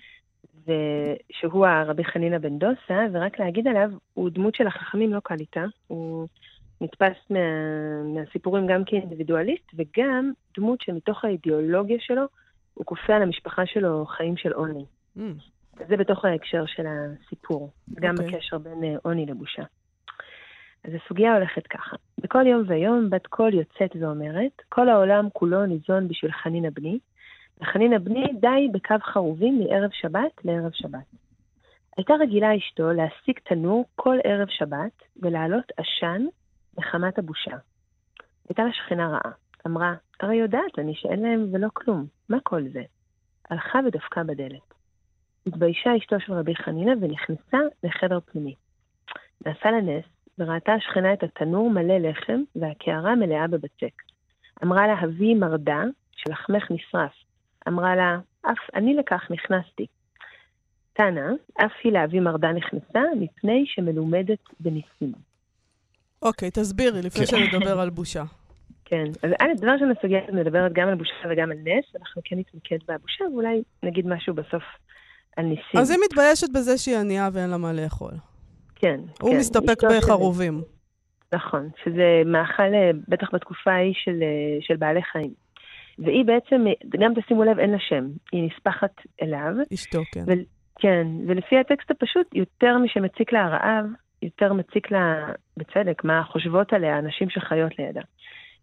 שהוא הרבי חנינא בן דוסה, ורק להגיד עליו, הוא דמות של החכמים לא קל איתה, הוא נתפס מה... מהסיפורים גם כאינדיבידואליסט, וגם דמות שמתוך האידיאולוגיה שלו, הוא כופה על המשפחה שלו חיים של עוני. Mm. זה בתוך ההקשר של הסיפור, גם okay. בקשר בין עוני לבושה. אז הסוגיה הולכת ככה. בכל יום ויום בת קול יוצאת ואומרת, כל העולם כולו ניזון בשביל חנינא בני, וחנינא בני די בקו חרובים מערב שבת לערב שבת. הייתה רגילה אשתו להשיג תנור כל ערב שבת ולהעלות עשן לחמת הבושה. הייתה לה שכנה רעה. אמרה, הרי יודעת אני שאין להם ולא כלום. מה כל זה? הלכה ודפקה בדלת. התביישה אשתו של רבי חנינא ונכנסה לחדר פנימי. נעשה לה נס, וראתה השכנה את התנור מלא לחם והקערה מלאה בבצק. אמרה לה, הביא מרדה שלחמך נשרף. אמרה לה, אף אני לכך נכנסתי. תנה, אף היא להביא מרדה נכנסה מפני שמלומדת בניסים. אוקיי, תסבירי, לפני שנדבר על בושה. כן, אז א', דבר של הסוגיה מדברת גם על בושה וגם על נס, אנחנו כן נתמקד בבושה, ואולי נגיד משהו בסוף על ניסים. אז היא מתביישת בזה שהיא ענייה ואין לה מה לאכול. כן. הוא כן, מסתפק בחרובים. נכון, שזה מאכל בטח בתקופה ההיא של, של בעלי חיים. והיא בעצם, גם תשימו לב, אין לה שם. היא נספחת אליו. אשתו, כן. ו- כן, ולפי הטקסט הפשוט, יותר משמציק לה הרעב, יותר מציק לה, בצדק, מה חושבות עליה, אנשים שחיות לידה.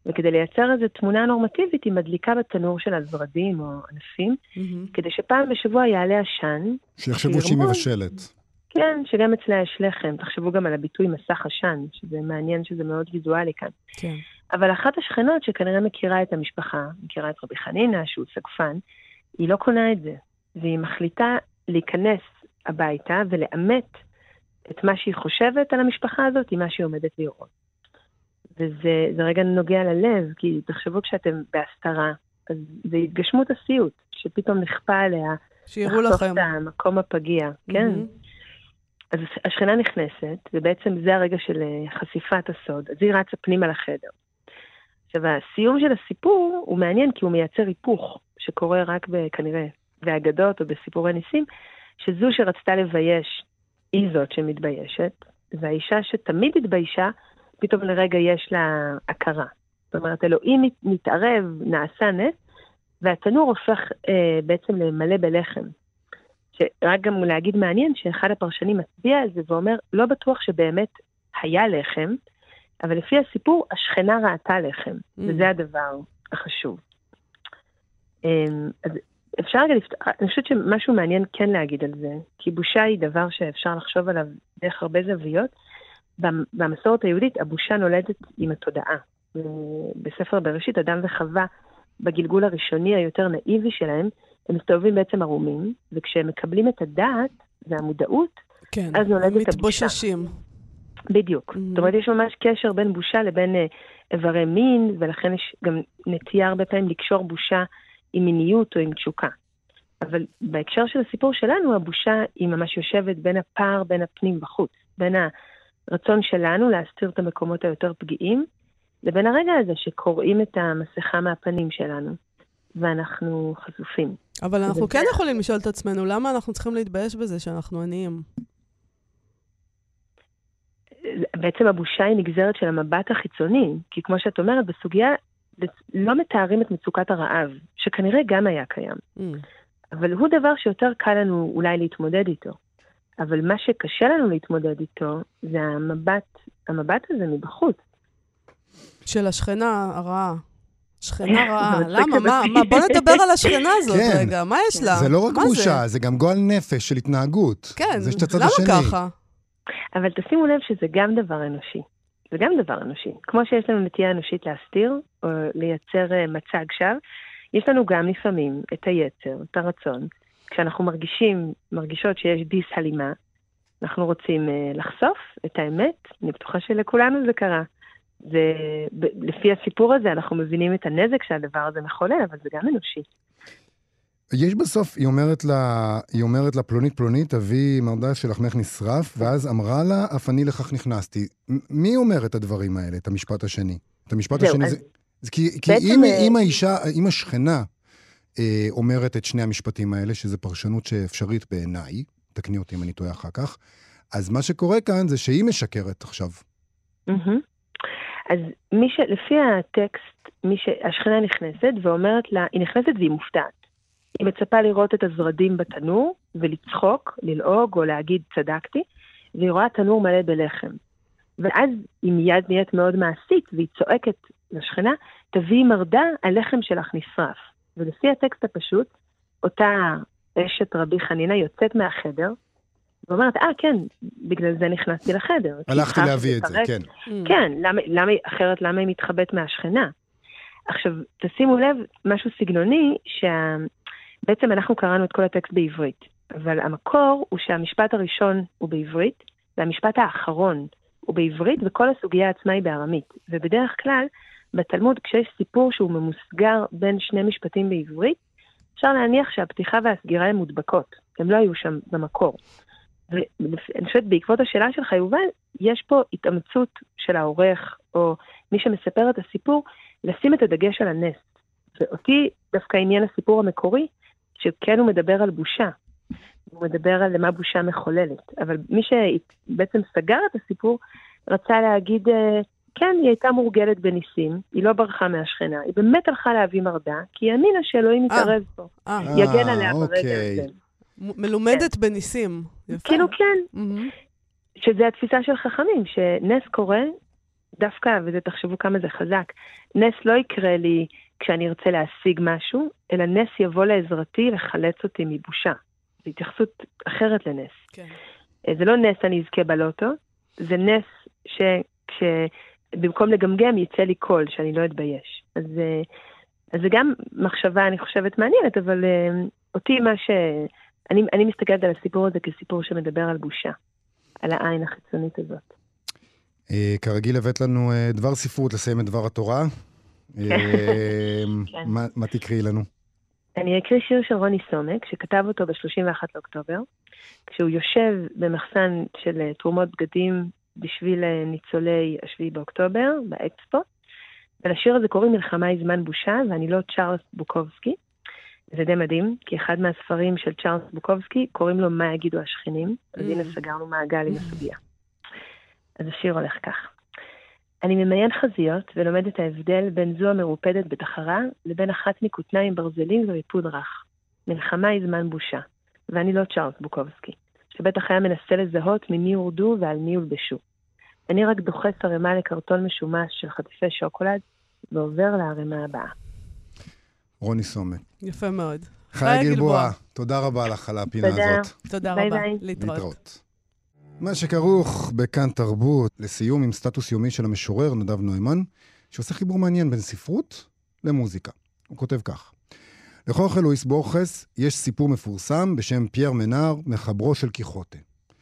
וכדי לייצר איזו תמונה נורמטיבית, היא מדליקה בתנור של הזרדים או ענפים, mm-hmm. כדי שפעם בשבוע יעלה עשן. שיחשבו שהיא מבשלת. כן, שגם אצלה יש לחם. תחשבו גם על הביטוי מסך עשן, שזה מעניין שזה מאוד ויזואלי כאן. כן. אבל אחת השכנות שכנראה מכירה את המשפחה, מכירה את רבי חנינה, שהוא סגפן, היא לא קונה את זה. והיא מחליטה להיכנס הביתה ולאמת את מה שהיא חושבת על המשפחה הזאת, עם מה שהיא עומדת לראות. וזה זה רגע נוגע ללב, כי תחשבו כשאתם בהסתרה, אז זה התגשמות הסיוט, שפתאום נכפה עליה, שיראו לכם. את המקום הפגיע, mm-hmm. כן? אז השכנה נכנסת, ובעצם זה הרגע של חשיפת הסוד, אז היא רצה פנימה לחדר. עכשיו, הסיום של הסיפור הוא מעניין, כי הוא מייצר היפוך, שקורה רק כנראה באגדות או בסיפורי ניסים, שזו שרצתה לבייש, היא זאת שמתביישת, והאישה שתמיד התביישה, פתאום לרגע יש לה הכרה. זאת אומרת, אלוהים מתערב, נעשה נס, והתנור הופך אה, בעצם למלא בלחם. שרק גם להגיד מעניין שאחד הפרשנים מצביע על זה ואומר, לא בטוח שבאמת היה לחם, אבל לפי הסיפור, השכנה ראתה לחם, mm. וזה הדבר החשוב. אז אפשר רגע לפתוח, אני חושבת שמשהו מעניין כן להגיד על זה, כי בושה היא דבר שאפשר לחשוב עליו דרך הרבה זוויות. במסורת היהודית, הבושה נולדת עם התודעה. בספר בראשית, אדם וחווה, בגלגול הראשוני היותר נאיבי שלהם, הם מסתובבים בעצם ערומים, וכשהם מקבלים את הדעת והמודעות, כן, אז נולדת הבושה. מתבוששים. בדיוק. Mm-hmm. זאת אומרת, יש ממש קשר בין בושה לבין uh, איברי מין, ולכן יש גם נטייה הרבה פעמים לקשור בושה עם מיניות או עם תשוקה. אבל בהקשר של הסיפור שלנו, הבושה היא ממש יושבת בין הפער, בין הפנים בחוץ, בין הרצון שלנו להסתיר את המקומות היותר פגיעים, לבין הרגע הזה שקוראים את המסכה מהפנים שלנו, ואנחנו חשופים. אבל אנחנו כן יכולים לשאול את עצמנו, למה אנחנו צריכים להתבייש בזה שאנחנו עניים? בעצם הבושה היא נגזרת של המבט החיצוני, כי כמו שאת אומרת, בסוגיה לא מתארים את מצוקת הרעב, שכנראה גם היה קיים. Mm. אבל הוא דבר שיותר קל לנו אולי להתמודד איתו. אבל מה שקשה לנו להתמודד איתו, זה המבט, המבט הזה מבחוץ. של השכנה הרעה. שכנה רעה. למה? מה? מה? בוא נדבר על השכנה הזאת כן. רגע. מה יש לה? זה לא רק בושה, זה? זה גם גועל נפש של התנהגות. כן, זה שאת הצד למה השני. ככה? אבל תשימו לב שזה גם דבר אנושי. זה גם דבר אנושי. כמו שיש לנו נטייה אנושית להסתיר, או לייצר מצג שווא, יש לנו גם לפעמים את היצר, את הרצון. כשאנחנו מרגישים, מרגישות שיש דיס הלימה, אנחנו רוצים לחשוף את האמת. אני בטוחה שלכולנו זה קרה. זה, לפי הסיפור הזה אנחנו מבינים את הנזק שהדבר הזה מחולל, אבל זה גם אנושי. יש בסוף, היא אומרת לה, היא אומרת לה פלונית פלונית, אבי מרדה שלחמך נשרף, ואז אמרה לה, אף אני לכך נכנסתי. מי אומר את הדברים האלה, את המשפט השני? את המשפט זהו, השני אז... זה... זה כי, כי אם, אם האישה, אם השכנה אה, אומרת את שני המשפטים האלה, שזה פרשנות שאפשרית בעיניי, תקני אותי אם אני טועה אחר כך, אז מה שקורה כאן זה שהיא משקרת עכשיו. Mm-hmm. אז מי ש... לפי הטקסט, מי ש... השכנה נכנסת ואומרת לה, היא נכנסת והיא מופתעת. היא מצפה לראות את הזרדים בתנור, ולצחוק, ללעוג או להגיד צדקתי, והיא רואה תנור מלא בלחם. ואז היא מיד נהיית מאוד מעשית, והיא צועקת לשכנה, תביאי מרדה, הלחם שלך נשרף. ולפי הטקסט הפשוט, אותה אשת רבי חנינה יוצאת מהחדר, ואומרת, אה, כן, בגלל זה נכנסתי לחדר. הלכתי להביא את זה, כן. כן, למה, למה, אחרת למה היא מתחבאת מהשכנה? עכשיו, תשימו לב, משהו סגנוני, שבעצם אנחנו קראנו את כל הטקסט בעברית, אבל המקור הוא שהמשפט הראשון הוא בעברית, והמשפט האחרון הוא בעברית, וכל הסוגיה עצמה היא בארמית. ובדרך כלל, בתלמוד, כשיש סיפור שהוא ממוסגר בין שני משפטים בעברית, אפשר להניח שהפתיחה והסגירה הן מודבקות, הם לא היו שם במקור. ואני חושבת, בעקבות השאלה שלך, יובל, יש פה התאמצות של העורך, או מי שמספר את הסיפור, לשים את הדגש על הנס. ואותי דווקא עניין הסיפור המקורי, שכן הוא מדבר על בושה. הוא מדבר על מה בושה מחוללת. אבל מי שבעצם סגר את הסיפור, רצה להגיד, כן, היא הייתה מורגלת בניסים, היא לא ברחה מהשכנה, היא באמת הלכה להביא מרדה, כי היא האמינה שאלוהים יתערב פה. יגן עליה ברגע הזה. מלומדת בניסים. כאילו כן. שזה התפיסה של חכמים, שנס קורה, דווקא, וזה תחשבו כמה זה חזק, נס לא יקרה לי כשאני ארצה להשיג משהו, אלא נס יבוא לעזרתי לחלץ אותי מבושה. זו התייחסות אחרת לנס. כן. זה לא נס אני אזכה בלוטו, זה נס שבמקום לגמגם יצא לי קול, שאני לא אתבייש. אז, אז זה גם מחשבה, אני חושבת, מעניינת, אבל אותי מה ש... אני, אני מסתכלת על הסיפור הזה כסיפור שמדבר על בושה, על העין החיצונית הזאת. כרגיל הבאת לנו דבר ספרות לסיים את דבר התורה. מה תקראי לנו? אני אקריא שיר של רוני סומק, שכתב אותו ב-שלושים ואחד לאוקטובר, כשהוא יושב במחסן של תרומות בגדים בשביל ניצולי השביעי באוקטובר, באקספו, ולשיר הזה קוראים מלחמה היא זמן בושה, ואני לא צ'ארלס בוקובסקי. זה די מדהים, כי אחד מהספרים של צ'ארלס בוקובסקי קוראים לו מה יגידו השכנים, אז הנה סגרנו מעגל עם הסוגיה. אז השיר הולך כך. אני ממיין חזיות ולומד את ההבדל בין זו המרופדת בתחרה לבין אחת מכותנה עם ברזלים וריפוד רך. מלחמה היא זמן בושה, ואני לא צ'ארלס בוקובסקי, שבטח היה מנסה לזהות ממי הורדו ועל מי הולבשו. אני רק דוחס הרמה לקרטון משומש של חטיפי שוקולד ועובר להרמה הבאה. רוני סומק. יפה מאוד. חיה גלבוע, תודה רבה לך על הפינה הזאת. תודה רבה. להתראות. מה שכרוך בכאן תרבות, לסיום עם סטטוס יומי של המשורר נדב נוימן, שעושה חיבור מעניין בין ספרות למוזיקה. הוא כותב כך: לחורחה לואיס בורכס יש סיפור מפורסם בשם פייר מנאר, מחברו של קיחוטה.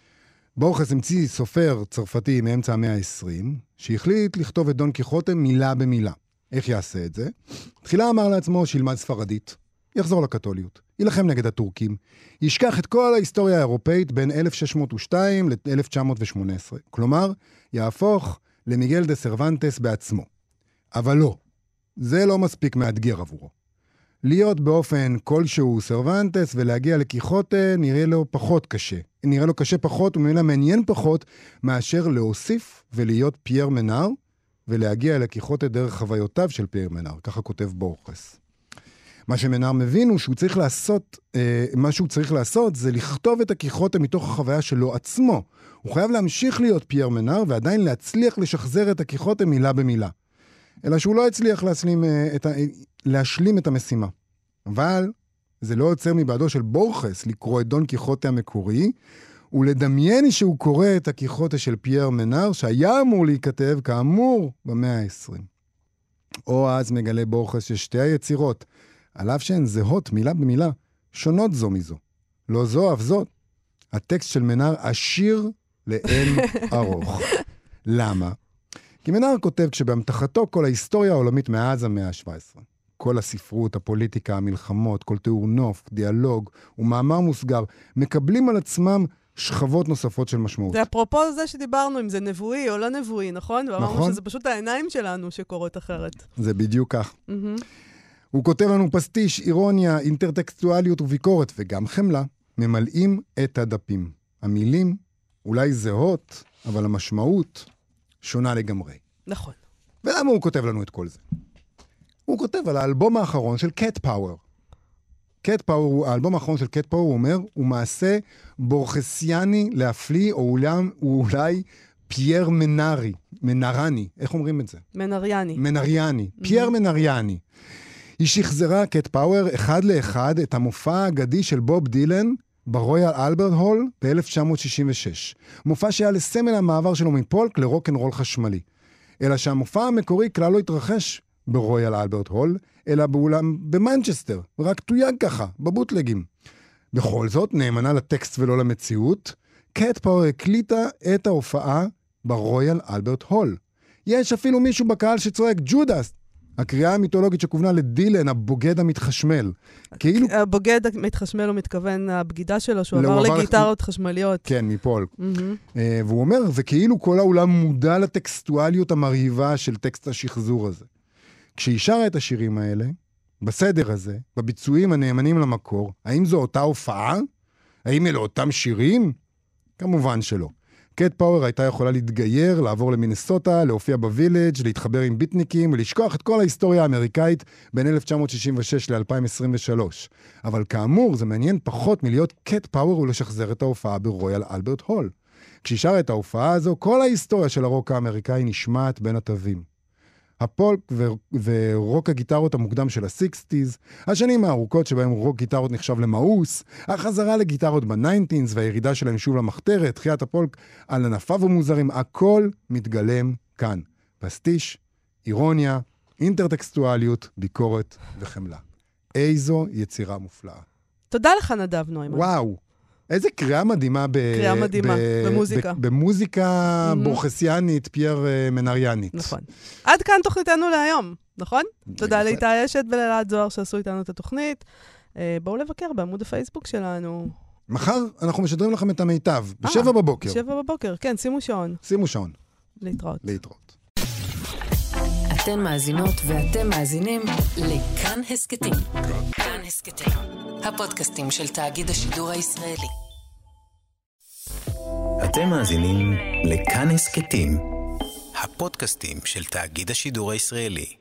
בורכס המציא סופר צרפתי מאמצע המאה ה-עשרים, שהחליט לכתוב את דון קיחוטה מילה במילה. איך יעשה את זה? תחילה אמר לעצמו שילמד ספרדית, יחזור לקתוליות, ילחם נגד הטורקים, ישכח את כל ההיסטוריה האירופאית בין אלף שש מאות ושתיים ל-אלף תשע מאות ושמונה עשרה. כלומר, יהפוך למיגל דה סרוונטס בעצמו. אבל לא, זה לא מספיק מאתגר עבורו. להיות באופן כלשהו סרוונטס ולהגיע לקיחוטה נראה לו פחות קשה. נראה לו קשה פחות וממילא מעניין פחות מאשר להוסיף ולהיות פייר מנאר ולהגיע לקיחוטה דרך חוויותיו של פייר מנאר. ככה כותב בורכס. מה שמנאר מבין הוא שהוא צריך לעשות, אה, מה שהוא צריך לעשות זה לכתוב את הקיחוטה מתוך החוויה שלו עצמו. הוא חייב להמשיך להיות פייר מנאר ועדיין להצליח לשחזר את הקיחוטה מילה במילה. אלא שהוא לא הצליח להשלים את, ה... להשלים את המשימה. אבל זה לא יוצר מבעדו של בורכס לקרוא את דון קיחוטה המקורי, ולדמיין שהוא קורא את הקיחוטה של פייר מנאר, שהיה אמור להיכתב כאמור במאה ה-עשרים. או אז מגלה בורכס ששתי היצירות, על אף שהן זהות מילה במילה, שונות זו מזו. לא זו אף זאת. הטקסט של מנאר עשיר לאין ארוך. למה? כי מנאר כותב כשבהמתחתו כל ההיסטוריה העולמית מאז המאה ה-שבע עשרה. כל הספרות, הפוליטיקה, המלחמות, כל תיאור נוף, דיאלוג ומאמר מוסגר, מקבלים על עצמם שכבות נוספות של משמעות. זה אפרופו זה שדיברנו, אם זה נבואי או לא נבואי, נכון? נכון. ואמרנו שזה פשוט העיניים שלנו שקורות אחרת. זה בדיוק כך. Mm-hmm. הוא כותב לנו פסטיש, אירוניה, אינטרטקסטואליות וביקורת, וגם חמלה, ממלאים את הדפים. המילים אולי זהות, אבל המשמעות שונה לגמרי. נכון. ולמה הוא כותב לנו את כל זה? הוא כותב על האלבום האחרון של קט פאוור. קט פאוור, האלבום האחרון של קט פאוור, הוא אומר, הוא מעשה בורכסיאני להפליא, או אולי, הוא אולי פייר מנארי, מנרני. איך אומרים את זה? מנריאני. מנריאני. פייר מנריאני. היא שחזרה קט פאוור אחד לאחד את המופע האגדי של בוב דילן ברויאל אלברט הול ב-אלף תשע מאות שישים ושש. מופע שהיה לסמל המעבר שלו מפולק לרוק'נ'רול חשמלי. אלא שהמופע המקורי כלל לא התרחש ברויאל אלברט הול, אלא באולם במנצ'סטר, ורק תויג ככה, בבוטלגים. בכל זאת, נאמנה לטקסט ולא למציאות, קט פאוור הקליטה את ההופעה ברויאל אלברט הול. יש אפילו מישהו בקהל שצועק ג'ודס, הקריאה המיתולוגית שכוונה לדילן, הבוגד המתחשמל. כאילו... הבוגד המתחשמל הוא מתכוון, הבגידה שלו, שהוא עבר לגיטרות חשמליות. כן, מפול. והוא אומר, וכאילו כל העולם מודע לטקסטואליות המרהיבה של טקסט השחזור הזה. כשהיא שרה את השירים האלה, בסדר הזה, בביצועים הנאמנים למקור, האם זו אותה הופעה? האם אלה אותם שירים? כמובן שלא. קט פאוור הייתה יכולה להתגייר, לעבור למינסוטה, להופיע בווילג', להתחבר עם ביטניקים ולשכוח את כל ההיסטוריה האמריקאית בין אלף תשע מאות שישים ושש ל-אלפיים עשרים ושלוש. אבל כאמור, זה מעניין פחות מלהיות קט פאוור ולשחזר את ההופעה ברויאל אלברט הול. כשהיא שרה את ההופעה הזו, כל ההיסטוריה של הרוק האמריקאי נשמעת בין התווים. הפולק ו- ורוק הגיטרות המוקדם של ה-סיקסטיז, השנים הארוכות שבהם רוק גיטרות נחשב למאוס, החזרה לגיטרות בניינטינס והירידה שלהם שוב למחתרת, תחיית הפולק על ענפיו המוזרים, הכל מתגלם כאן. פסטיש, אירוניה, אינטרטקסטואליות, ביקורת וחמלה. איזו יצירה מופלאה. תודה לך נדב נוימן. וואו, איזה קריאה מדהימה ב... קריאה מדהימה, ב... במוזיקה. ב... במוזיקה mm-hmm. בורחסיאנית, פייר מנריאנית. נכון. עד כאן תוכניתנו להיום, נכון? תודה לאיתי אשת ולאלעד זוהר שעשו איתנו את התוכנית. בואו לבקר בעמוד הפייסבוק שלנו. מחר אנחנו משדרים לכם את המיטב, בשבע בבוקר. בשבע בבוקר, כן, שימו שעון. שימו שעון. להתראות. להתראות. אתן מאזינות ואתם מאזינים לכאן הסקטים. כאן הסקטים, הפודקאסטים של תאגיד השידור הישראלי. אתם מאזינים לכאן הסקטים, הפודקאסטים של תאגיד השידור הישראלי.